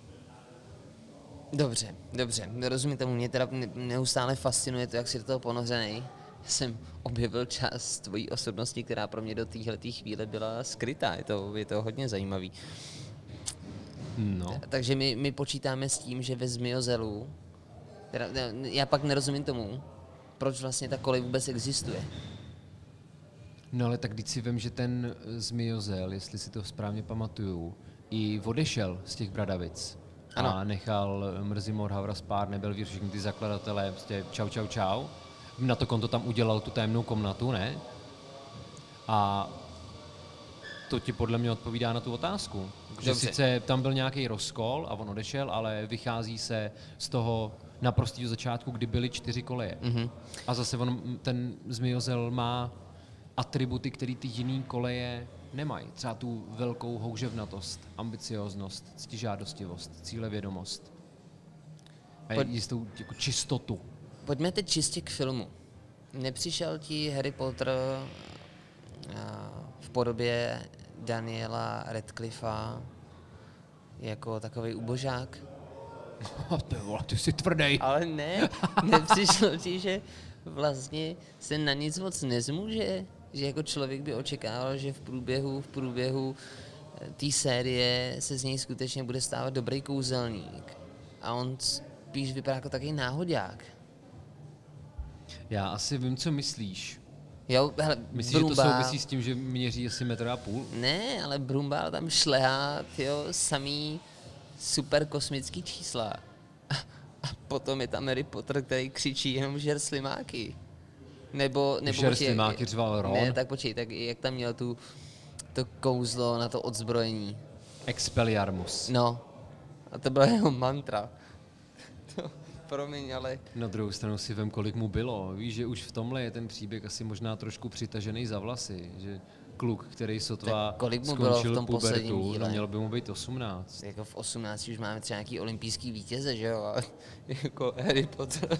Speaker 2: Dobře, dobře, rozumím tomu, mě teda neustále fascinuje to, jak jsi do toho ponořený. Jsem objevil část tvojí osobnosti, která pro mě do téhleté chvíle byla skrytá, je to, je to hodně zajímavý.
Speaker 1: No.
Speaker 2: Takže my, my počítáme s tím, že ve Zmijozelu, teda, já pak nerozumím tomu, proč vlastně ta kolej vůbec existuje.
Speaker 1: No ale tak když si vem, že ten Zmijozel, jestli si to správně pamatuju, i odešel z těch Bradavic ano. a nechal Mrzimor, Havraspár, Nebelvír, všichni ty zakladatelé, prostě čau, čau, čau. Na to konto tam udělal tu tajemnou komnatu, ne? A to ti podle mě odpovídá na tu otázku. Že sice tam byl nějaký rozkol a on odešel, ale vychází se z toho naprostého začátku, kdy byly čtyři koleje. Mm-hmm. A zase on, ten Zmijozel má atributy, které ty jiný koleje nemají. Třeba tu velkou houževnatost, ambicioznost, ctižádostivost, cílevědomost. A Pojď... jistou jako čistotu.
Speaker 2: Pojďme teď čistě k filmu. Nepřišel ti Harry Potter v podobě Daniela Radcliffa jako takový ubožák?
Speaker 1: Ty vole, ty jsi tvrdej.
Speaker 2: Ale ne, nepřišlo ti, že vlastně se na nic moc nezmůže? Že jako člověk by očekával, že v průběhu, v průběhu té série se z něj skutečně bude stávat dobrý kouzelník. A on spíš vypadá jako takový náhodák.
Speaker 1: Já asi vím, co myslíš.
Speaker 2: Jo, hele,
Speaker 1: Myslíš,
Speaker 2: Brumbál,
Speaker 1: že to souvisí s tím, že měří asi metr a půl?
Speaker 2: Ne, ale Brumbál tam šlehá, tyjo, samý super kosmický čísla. A potom je tam Harry Potter, který křičí jenom žer slimáky. Nebo, nebo
Speaker 1: žer slimáky řval Ron?
Speaker 2: Ne, tak počkej, tak jak tam měl tu, to kouzlo na to odzbrojení.
Speaker 1: Expelliarmus.
Speaker 2: No, a to byla jeho mantra. To, promiň, ale...
Speaker 1: Na druhou stranu si vem, kolik mu bylo. Víš, že už v tomhle je ten příběh asi možná trošku přitažený za vlasy. Že kluk, který sotva
Speaker 2: Tak kolik mu bylo v
Speaker 1: skončil
Speaker 2: tom posledním
Speaker 1: pubertu,
Speaker 2: díle?
Speaker 1: no mělo by mu být osmnáct.
Speaker 2: Jako v osmnácti už máme třeba nějaký olympijský vítěze, že jo? A jako Harry Potter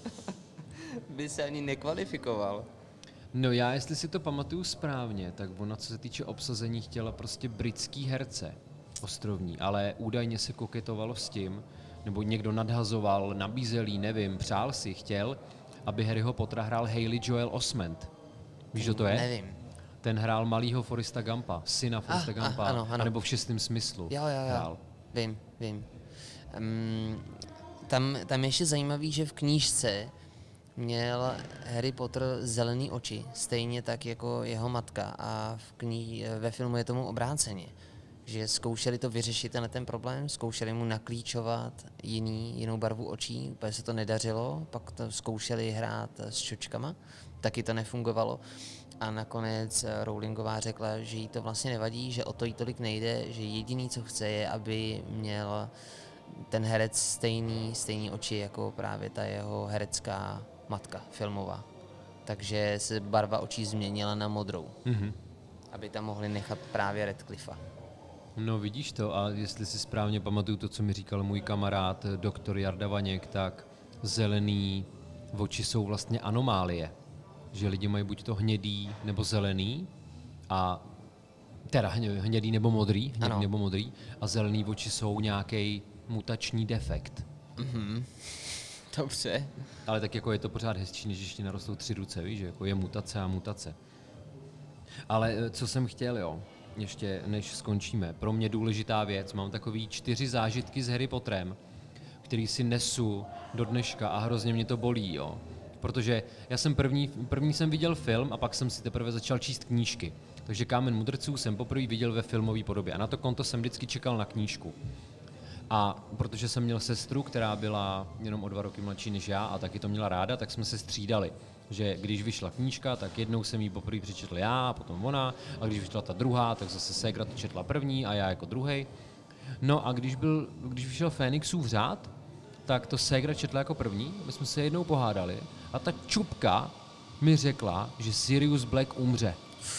Speaker 2: by se ani nekvalifikoval.
Speaker 1: No já, jestli si to pamatuju správně, tak ona, co se týče obsazení, chtěla prostě britský herce ostrovní, ale údajně se koketovalo s tím, nebo někdo nadhazoval, nabízel jí, nevím, přál si, chtěl, aby Harryho Pottera hrál Hayley Joel Osment. Víš, kdo to je?
Speaker 2: Nevím.
Speaker 1: Ten hrál malýho Foresta Gumpa, syna Foresta
Speaker 2: Ah, ah,
Speaker 1: Gumpa,
Speaker 2: ano, ano.
Speaker 1: anebo v šestém smyslu
Speaker 2: Jo, jo, jo.
Speaker 1: hrál.
Speaker 2: Vím, vím. Um, tam, tam je ještě zajímavý, že v knížce měl Harry Potter zelený oči, stejně tak jako jeho matka, a v kní, ve filmu je tomu obráceně. Že zkoušeli to vyřešit tenhle ten problém, zkoušeli mu naklíčovat jiný, jinou barvu očí, úplně se to nedařilo, pak to zkoušeli hrát s čočkama, taky to nefungovalo. A nakonec Rowlingová řekla, že jí to vlastně nevadí, že o to jí tolik nejde, že jediný, co chce, je, aby měl ten herec stejný, stejný oči jako právě ta jeho herecká matka filmová. Takže se barva očí změnila na modrou,
Speaker 1: Mhm.
Speaker 2: aby tam mohli nechat právě Radcliffa.
Speaker 1: No vidíš to, a jestli si správně pamatuju to, co mi říkal můj kamarád doktor Jarda Vaněk, tak zelený oči jsou vlastně anomálie. Že lidi mají buď to hnědý nebo zelený, a teda hně- hnědý nebo modrý, hnědý
Speaker 2: Ano.
Speaker 1: nebo modrý, a zelený oči jsou nějaký mutační defekt.
Speaker 2: Mhm. Dobře.
Speaker 1: Ale tak jako je to pořád hezčí, než ještě narostou tři ruce, víš, že jako je mutace a mutace. Ale eh, co jsem chtěl, jo, ještě než skončíme. Pro mě důležitá věc, mám takový čtyři zážitky s Harry Potterem, který si nesu do dneška a hrozně mě to bolí, jo. Protože já jsem první, první jsem viděl film a pak jsem si teprve začal číst knížky. Takže Kámen mudrců jsem poprvé viděl ve filmové podobě a na to konto jsem vždycky čekal na knížku. A protože jsem měl sestru, která byla jenom o dva roky mladší než já a taky to měla ráda, tak jsme se střídali. Že když vyšla knížka, tak jednou jsem ji poprvé přečetl já, a potom ona, a když vyšla ta druhá, tak zase ségra to četla první a já jako druhej. No a když, byl, když vyšel Fénixův řád, tak to ségra četla jako první, my jsme se jednou pohádali a ta čupka mi řekla, že Sirius Black umře.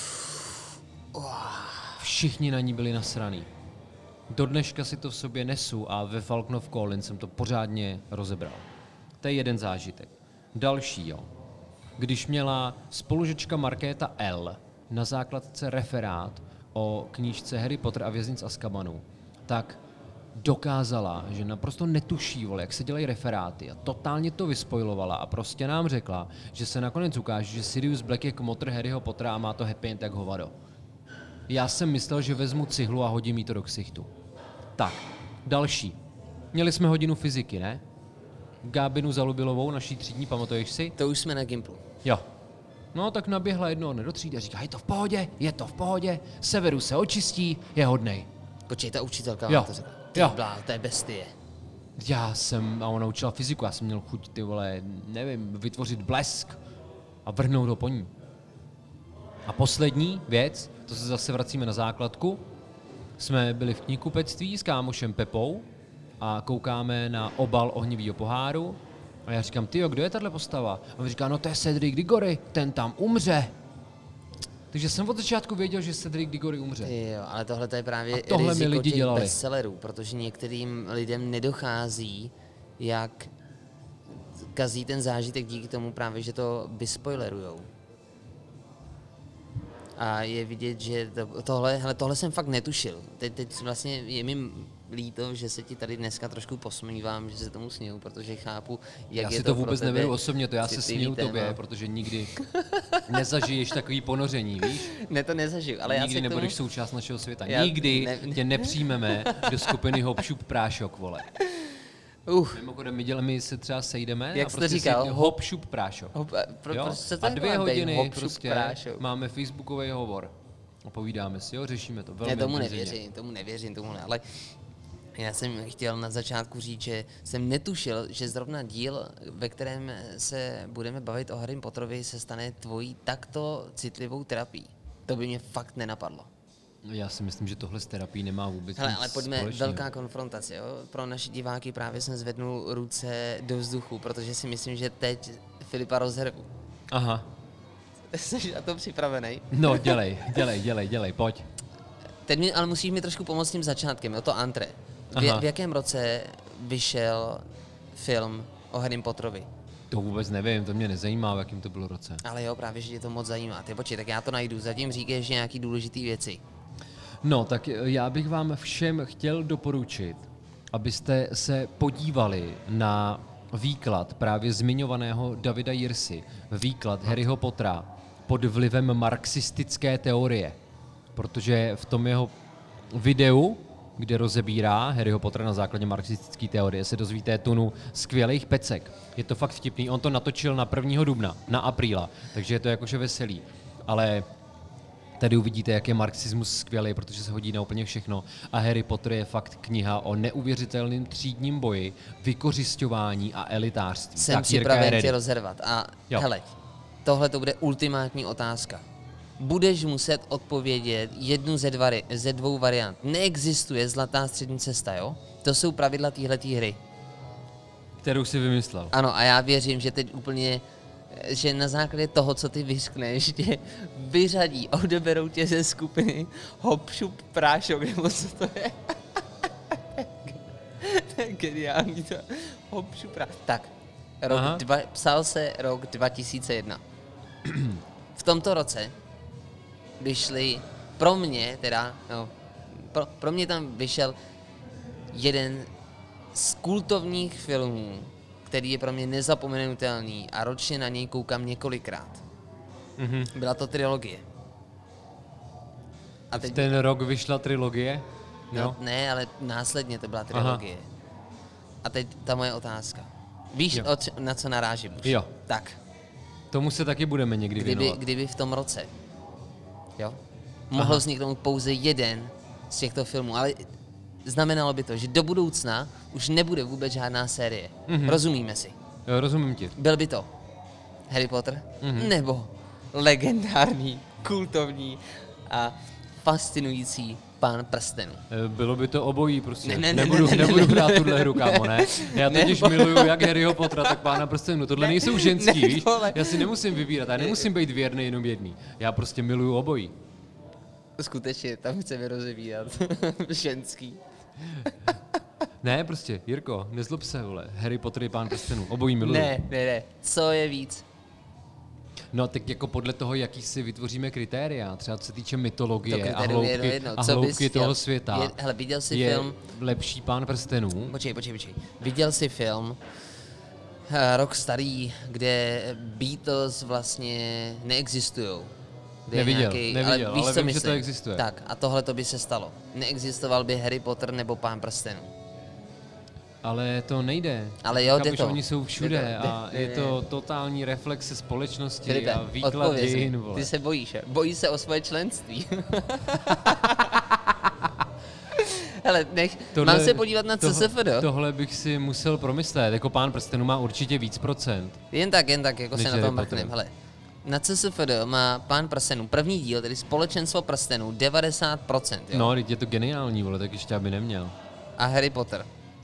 Speaker 1: Všichni na ní byli nasraný. Do dneška si to v sobě nesu a ve Falcon of Colin jsem to pořádně rozebral. To je jeden zážitek. Další, jo. Když měla spolužečka Markéta L. na základce referát o knížce Harry Potter a věznic Azkabanu, tak dokázala, že naprosto netuší, vole, jak se dělají referáty, a totálně to vyspojlovala a prostě nám řekla, že se nakonec ukáže, že Sirius Black je kmotr Harryho Pottera a má to happy end jak hovado. Já jsem myslel, že vezmu cihlu a hodím jí to do ksichtu. Tak, další. Měli jsme hodinu fyziky, ne? Gábinu Zalubilovou, naší třídní, pamatuješ si?
Speaker 2: To už jsme na Gimplu.
Speaker 1: Jo. No, tak naběhla jednoho do třídy a říká, je to v pohodě, je to v pohodě, Severus se očistí, je hodnej.
Speaker 2: Počkej, ta učitelka
Speaker 1: Jo.
Speaker 2: vám to řekla. Ty
Speaker 1: Jo.
Speaker 2: blá, to je bestie.
Speaker 1: Já jsem, a ona učila fyziku, já jsem měl chuť, ty vole, nevím, vytvořit blesk a vrhnout ho po ní. A poslední věc, to se zase vracíme na základku, jsme byli v knihkupectví s kámošem Pepou a koukáme na obal ohnivýho poháru a já říkám, tyjo, kdo je tahle postava? A on říká, no to je Cedric Diggory, ten tam umře. Takže jsem od začátku věděl, že Cedric Diggory umře.
Speaker 2: Ty jo, ale tohle to je právě
Speaker 1: A tohle mi
Speaker 2: riziko
Speaker 1: lidi
Speaker 2: těch
Speaker 1: dělali.
Speaker 2: bestsellerů, protože některým lidem nedochází, jak kazí ten zážitek díky tomu právě, že to vyspoilerujou. A je vidět, že to, tohle, hele, tohle jsem fakt netušil. Teď, teď vlastně je mi líto, že se ti tady dneska trošku posmívám, že se tomu směju, protože chápu, jak
Speaker 1: Já
Speaker 2: je
Speaker 1: si
Speaker 2: to
Speaker 1: to vůbec
Speaker 2: pro tebe
Speaker 1: neberu osobně, to já se
Speaker 2: citlivý
Speaker 1: směju
Speaker 2: téma.
Speaker 1: tobě, protože nikdy nezažiješ takový ponoření, víš?
Speaker 2: Ne, to nezažiju, ale já
Speaker 1: Nikdy
Speaker 2: se k tomu...
Speaker 1: nebudeš součást našeho světa.
Speaker 2: Já
Speaker 1: Nikdy
Speaker 2: ne- ne-
Speaker 1: tě nepřijmeme do skupiny Hop Šup Prášok, vole.
Speaker 2: Uh,
Speaker 1: Mimochodem, my, děle, my se třeba sejdeme
Speaker 2: Jak
Speaker 1: a
Speaker 2: jste
Speaker 1: prostě
Speaker 2: říkal?
Speaker 1: si Hop Šup Prášok.
Speaker 2: hop, pro,
Speaker 1: Jo?
Speaker 2: pro, co to
Speaker 1: A
Speaker 2: je
Speaker 1: dvě
Speaker 2: taková
Speaker 1: hodiny
Speaker 2: hop, šup,
Speaker 1: prostě
Speaker 2: prášok?
Speaker 1: máme facebookový hovor. A povídáme si, jo, řešíme to velmi
Speaker 2: Ne, tomu
Speaker 1: intenzivně.
Speaker 2: nevěřím, tomu nevěřím, tomu ne, ale já jsem chtěl na začátku říct, že jsem netušil, že zrovna díl, ve kterém se budeme bavit o Harry Potterovi, se stane tvojí takto citlivou terapií. To by mě fakt nenapadlo.
Speaker 1: Já si myslím, že tohle s terapií nemá vůbec
Speaker 2: Hele,
Speaker 1: nic
Speaker 2: ale pojďme,
Speaker 1: společného.
Speaker 2: velká konfrontace, jo? Pro naše diváky právě jsem zvednul ruce do vzduchu, protože si myslím, že teď Filipa rozhrvu.
Speaker 1: Aha.
Speaker 2: Jsi na to připravený?
Speaker 1: No, dělej, dělej, dělej, dělej, pojď.
Speaker 2: Teď mi, ale musíš mi trošku pomoct s tím začátkem, jo, to antre. V, v jakém roce vyšel film o Harrym Potterovi?
Speaker 1: To vůbec nevím, to mě nezajímá, v jakým to bylo roce.
Speaker 2: Ale jo, právě, že tě to moc zajímá. Ty počkej, tak já to najdu, zatím říkáš nějaký důležitý věci.
Speaker 1: No, tak já bych vám všem chtěl doporučit, abyste se podívali na výklad právě zmiňovaného Davida Yirsy, výklad Harryho Pottera pod vlivem marxistické teorie. Protože v tom jeho videu, kde rozebírá Harryho Pottera na základě marxistické teorie, se dozvíte tunu skvělých pecek. Je to fakt vtipný. On to natočil na prvního dubna, na apríla, takže je to jakože veselý. Ale tady uvidíte, jak je marxismus skvělý, protože se hodí na úplně všechno. A Harry Potter je fakt kniha o neuvěřitelném třídním boji, vykořisťování a elitářství.
Speaker 2: Jsem
Speaker 1: tak,
Speaker 2: připraven tě rozervat. A
Speaker 1: jo.
Speaker 2: hele, tohle to bude ultimátní otázka. Budeš muset odpovědět jednu ze, dva, ze dvou variant. Neexistuje zlatá střední cesta, jo? To jsou pravidla téhletý hry.
Speaker 1: Kterou si vymyslel.
Speaker 2: Ano, a já věřím, že teď úplně, že na základě toho, co ty vyřkneš, tě vyřadí, odeberou tě ze skupiny hop, šup, prášok, nebo co to je? To je geniální to. Hop, šup, prášok. Tak, rok dva, psal se rok dva tisíce jedna. V tomto roce vyšly, pro mě teda, no, pro, pro mě tam vyšel jeden z kultovních filmů, který je pro mě nezapomenutelný a ročně na něj koukám několikrát. Mm-hmm. Byla to trilogie.
Speaker 1: A teď... V ten rok vyšla trilogie?
Speaker 2: No, no, ne, ale následně to byla trilogie. Aha. A teď ta moje otázka. Víš, o, na co narážím už?
Speaker 1: Jo.
Speaker 2: Tak.
Speaker 1: Tomu se taky budeme někdy
Speaker 2: kdyby,
Speaker 1: věnovat.
Speaker 2: Kdyby v tom roce, jo, mohl Aha. vzniknout pouze jeden z těchto filmů, ale znamenalo by to, že do budoucna už nebude vůbec žádná série. Mm-hmm. Rozumíme si?
Speaker 1: Jo, rozumím ti.
Speaker 2: Byl by to Harry Potter, mm-hmm. nebo legendární, kultovní a fascinující Pán prstenů.
Speaker 1: Bylo by to obojí, prostě.
Speaker 2: Ne, ne,
Speaker 1: nebudu
Speaker 2: ne, ne,
Speaker 1: nebudu
Speaker 2: ne,
Speaker 1: hrát
Speaker 2: ne,
Speaker 1: tuhle hru, kámo, ne? Já totiž ne, miluju jak Harryho Pottera, tak Pána prstenů. Tohle ne, nejsou ženský, ne, víš? Já si nemusím vybírat, já nemusím být věrný jenom jedný. Já prostě miluju obojí.
Speaker 2: Skutečně, tam chceme rozebírat. Ženský.
Speaker 1: Ne, prostě, Jirko, nezlob se, vole. Harry Potter je Pán prstenů. Obojí miluju.
Speaker 2: Ne, ne, ne. Co je víc?
Speaker 1: No, tak jako podle toho, jaký si vytvoříme kritéria, třeba co se týče mytologie
Speaker 2: to
Speaker 1: a hloubky, a hloubky toho světa,
Speaker 2: je, hele, viděl jsi
Speaker 1: je
Speaker 2: film...
Speaker 1: lepší Pán prstenů.
Speaker 2: Počkej, počkej, počkej. Viděl jsi film, uh, rok starý, kde Beatles vlastně neexistujou.
Speaker 1: Neviděl, nějaký, neviděl, ale, víš, ale
Speaker 2: co
Speaker 1: vím,
Speaker 2: myslím?
Speaker 1: že to existuje.
Speaker 2: Tak, a tohle to by se stalo. Neexistoval by Harry Potter nebo Pán prstenů.
Speaker 1: Ale to nejde.
Speaker 2: Ale jo, jde to.
Speaker 1: Oni jsou všude jde to, jde,
Speaker 2: jde,
Speaker 1: a
Speaker 2: jde,
Speaker 1: je to totální reflexe společnosti
Speaker 2: Filipe,
Speaker 1: a výklad dějin.
Speaker 2: Ty se bojíš, je? Bojíš se o svoje členství. Hele, nech, tohle, mám se podívat na C S F D.
Speaker 1: Tohle bych si musel promyslet, jako Pán prstenů má určitě víc procent.
Speaker 2: Jen tak, jen tak, jako se na tom mrknem. Hele, na C S F D má Pán prstenů, první díl, tedy Společenstvo prstenů, devadesát procent. Jo?
Speaker 1: No, je to geniální, vole, tak ještě aby neměl.
Speaker 2: A Harry Potter.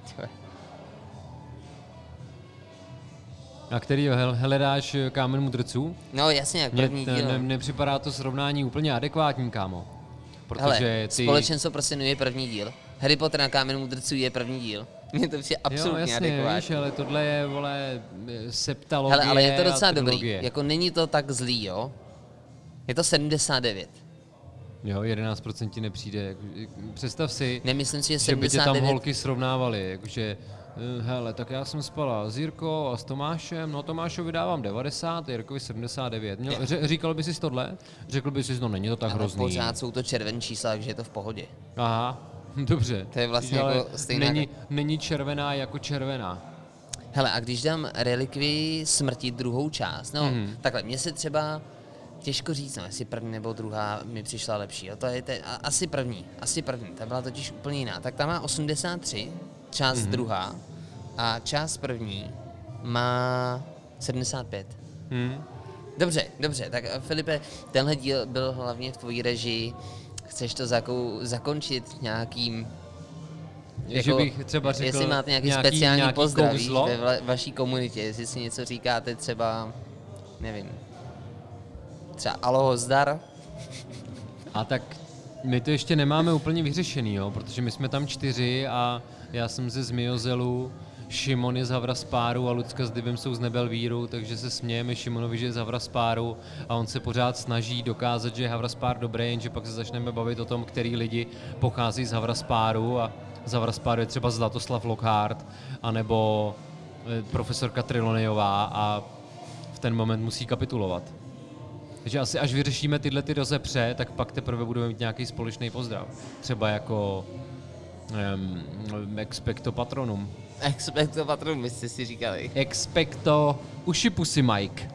Speaker 1: A který hledáš Kámen mudrců?
Speaker 2: No jasně, jak první
Speaker 1: Mně
Speaker 2: díl.
Speaker 1: ne, nepřipadá to srovnání úplně adekvátní, kámo. Protože
Speaker 2: Hele,
Speaker 1: ty...
Speaker 2: Společenstvo prstenů je první díl. Harry Potter na Kámen mudrců je první díl. Mně to přijde absolutně
Speaker 1: jo, jasně,
Speaker 2: adekvátní.
Speaker 1: Víš, ale tohle je, vole, septalogie.
Speaker 2: Hele, ale je to docela dobrý.
Speaker 1: Trilogie.
Speaker 2: Jako není to tak zlý, jo? Je to sedmdesát devět.
Speaker 1: Jo, jedenáct procent ti nepřijde. Představ si,
Speaker 2: Nemyslím si, že,
Speaker 1: že by tě
Speaker 2: sedmdesát devět...
Speaker 1: tam holky srovnávaly, jakože hele, tak já jsem spala s Jirkou a s Tomášem, no Tomášovi dávám devadesát, Jirkovi sedmdesát devět. Měl, ře, říkal by si tohle? Řekl by si, no není to tak
Speaker 2: ale
Speaker 1: hrozný.
Speaker 2: pořád jsou to červený čísla, takže je to v pohodě.
Speaker 1: Aha, dobře.
Speaker 2: To je vlastně jako stejná...
Speaker 1: Není, není červená jako červená.
Speaker 2: Hele, a když dám Relikvii smrti druhou část, no mm. takhle, mně se třeba těžko říct, no, jestli první nebo druhá mi přišla lepší. Jo, to je te, a, asi první, asi první, ta byla totiž úplně jiná. Tak ta má osmdesát tři, část mm-hmm. druhá, a část první má sedmdesát pět. Mm. Dobře, dobře, tak Filipe, tenhle díl byl hlavně v tvojí režii. Chceš to zakou, zakončit nějakým...
Speaker 1: Jako, že bych třeba řekl
Speaker 2: jestli máte nějaký, nějaký speciální nějaký pozdrav víš, ve vla, vaší komunitě, jestli si něco říkáte třeba, nevím, třeba aloho zdar.
Speaker 1: A tak my to ještě nemáme úplně vyřešený, jo, protože my jsme tam čtyři a já jsem ze Zmiozelu, Šimon je z Havraspáru a Lucka s Divem jsou z Nebelvíru, takže se smějeme Šimonovi, že je z Havraspáru a on se pořád snaží dokázat, že je Havraspár dobrý, jenže pak se začneme bavit o tom, který lidi pochází z Havraspáru a z Havraspáru je třeba Zlatoslav Lockhart anebo profesorka Triloniová a v ten moment musí kapitulovat. Takže asi až vyřešíme tyhle ty rozepře, tak pak teprve budeme mít nějaký společný pozdrav. Třeba jako um, expecto patronum.
Speaker 2: Expecto patronum, my jste si říkali.
Speaker 1: Expecto uši pusy Mike.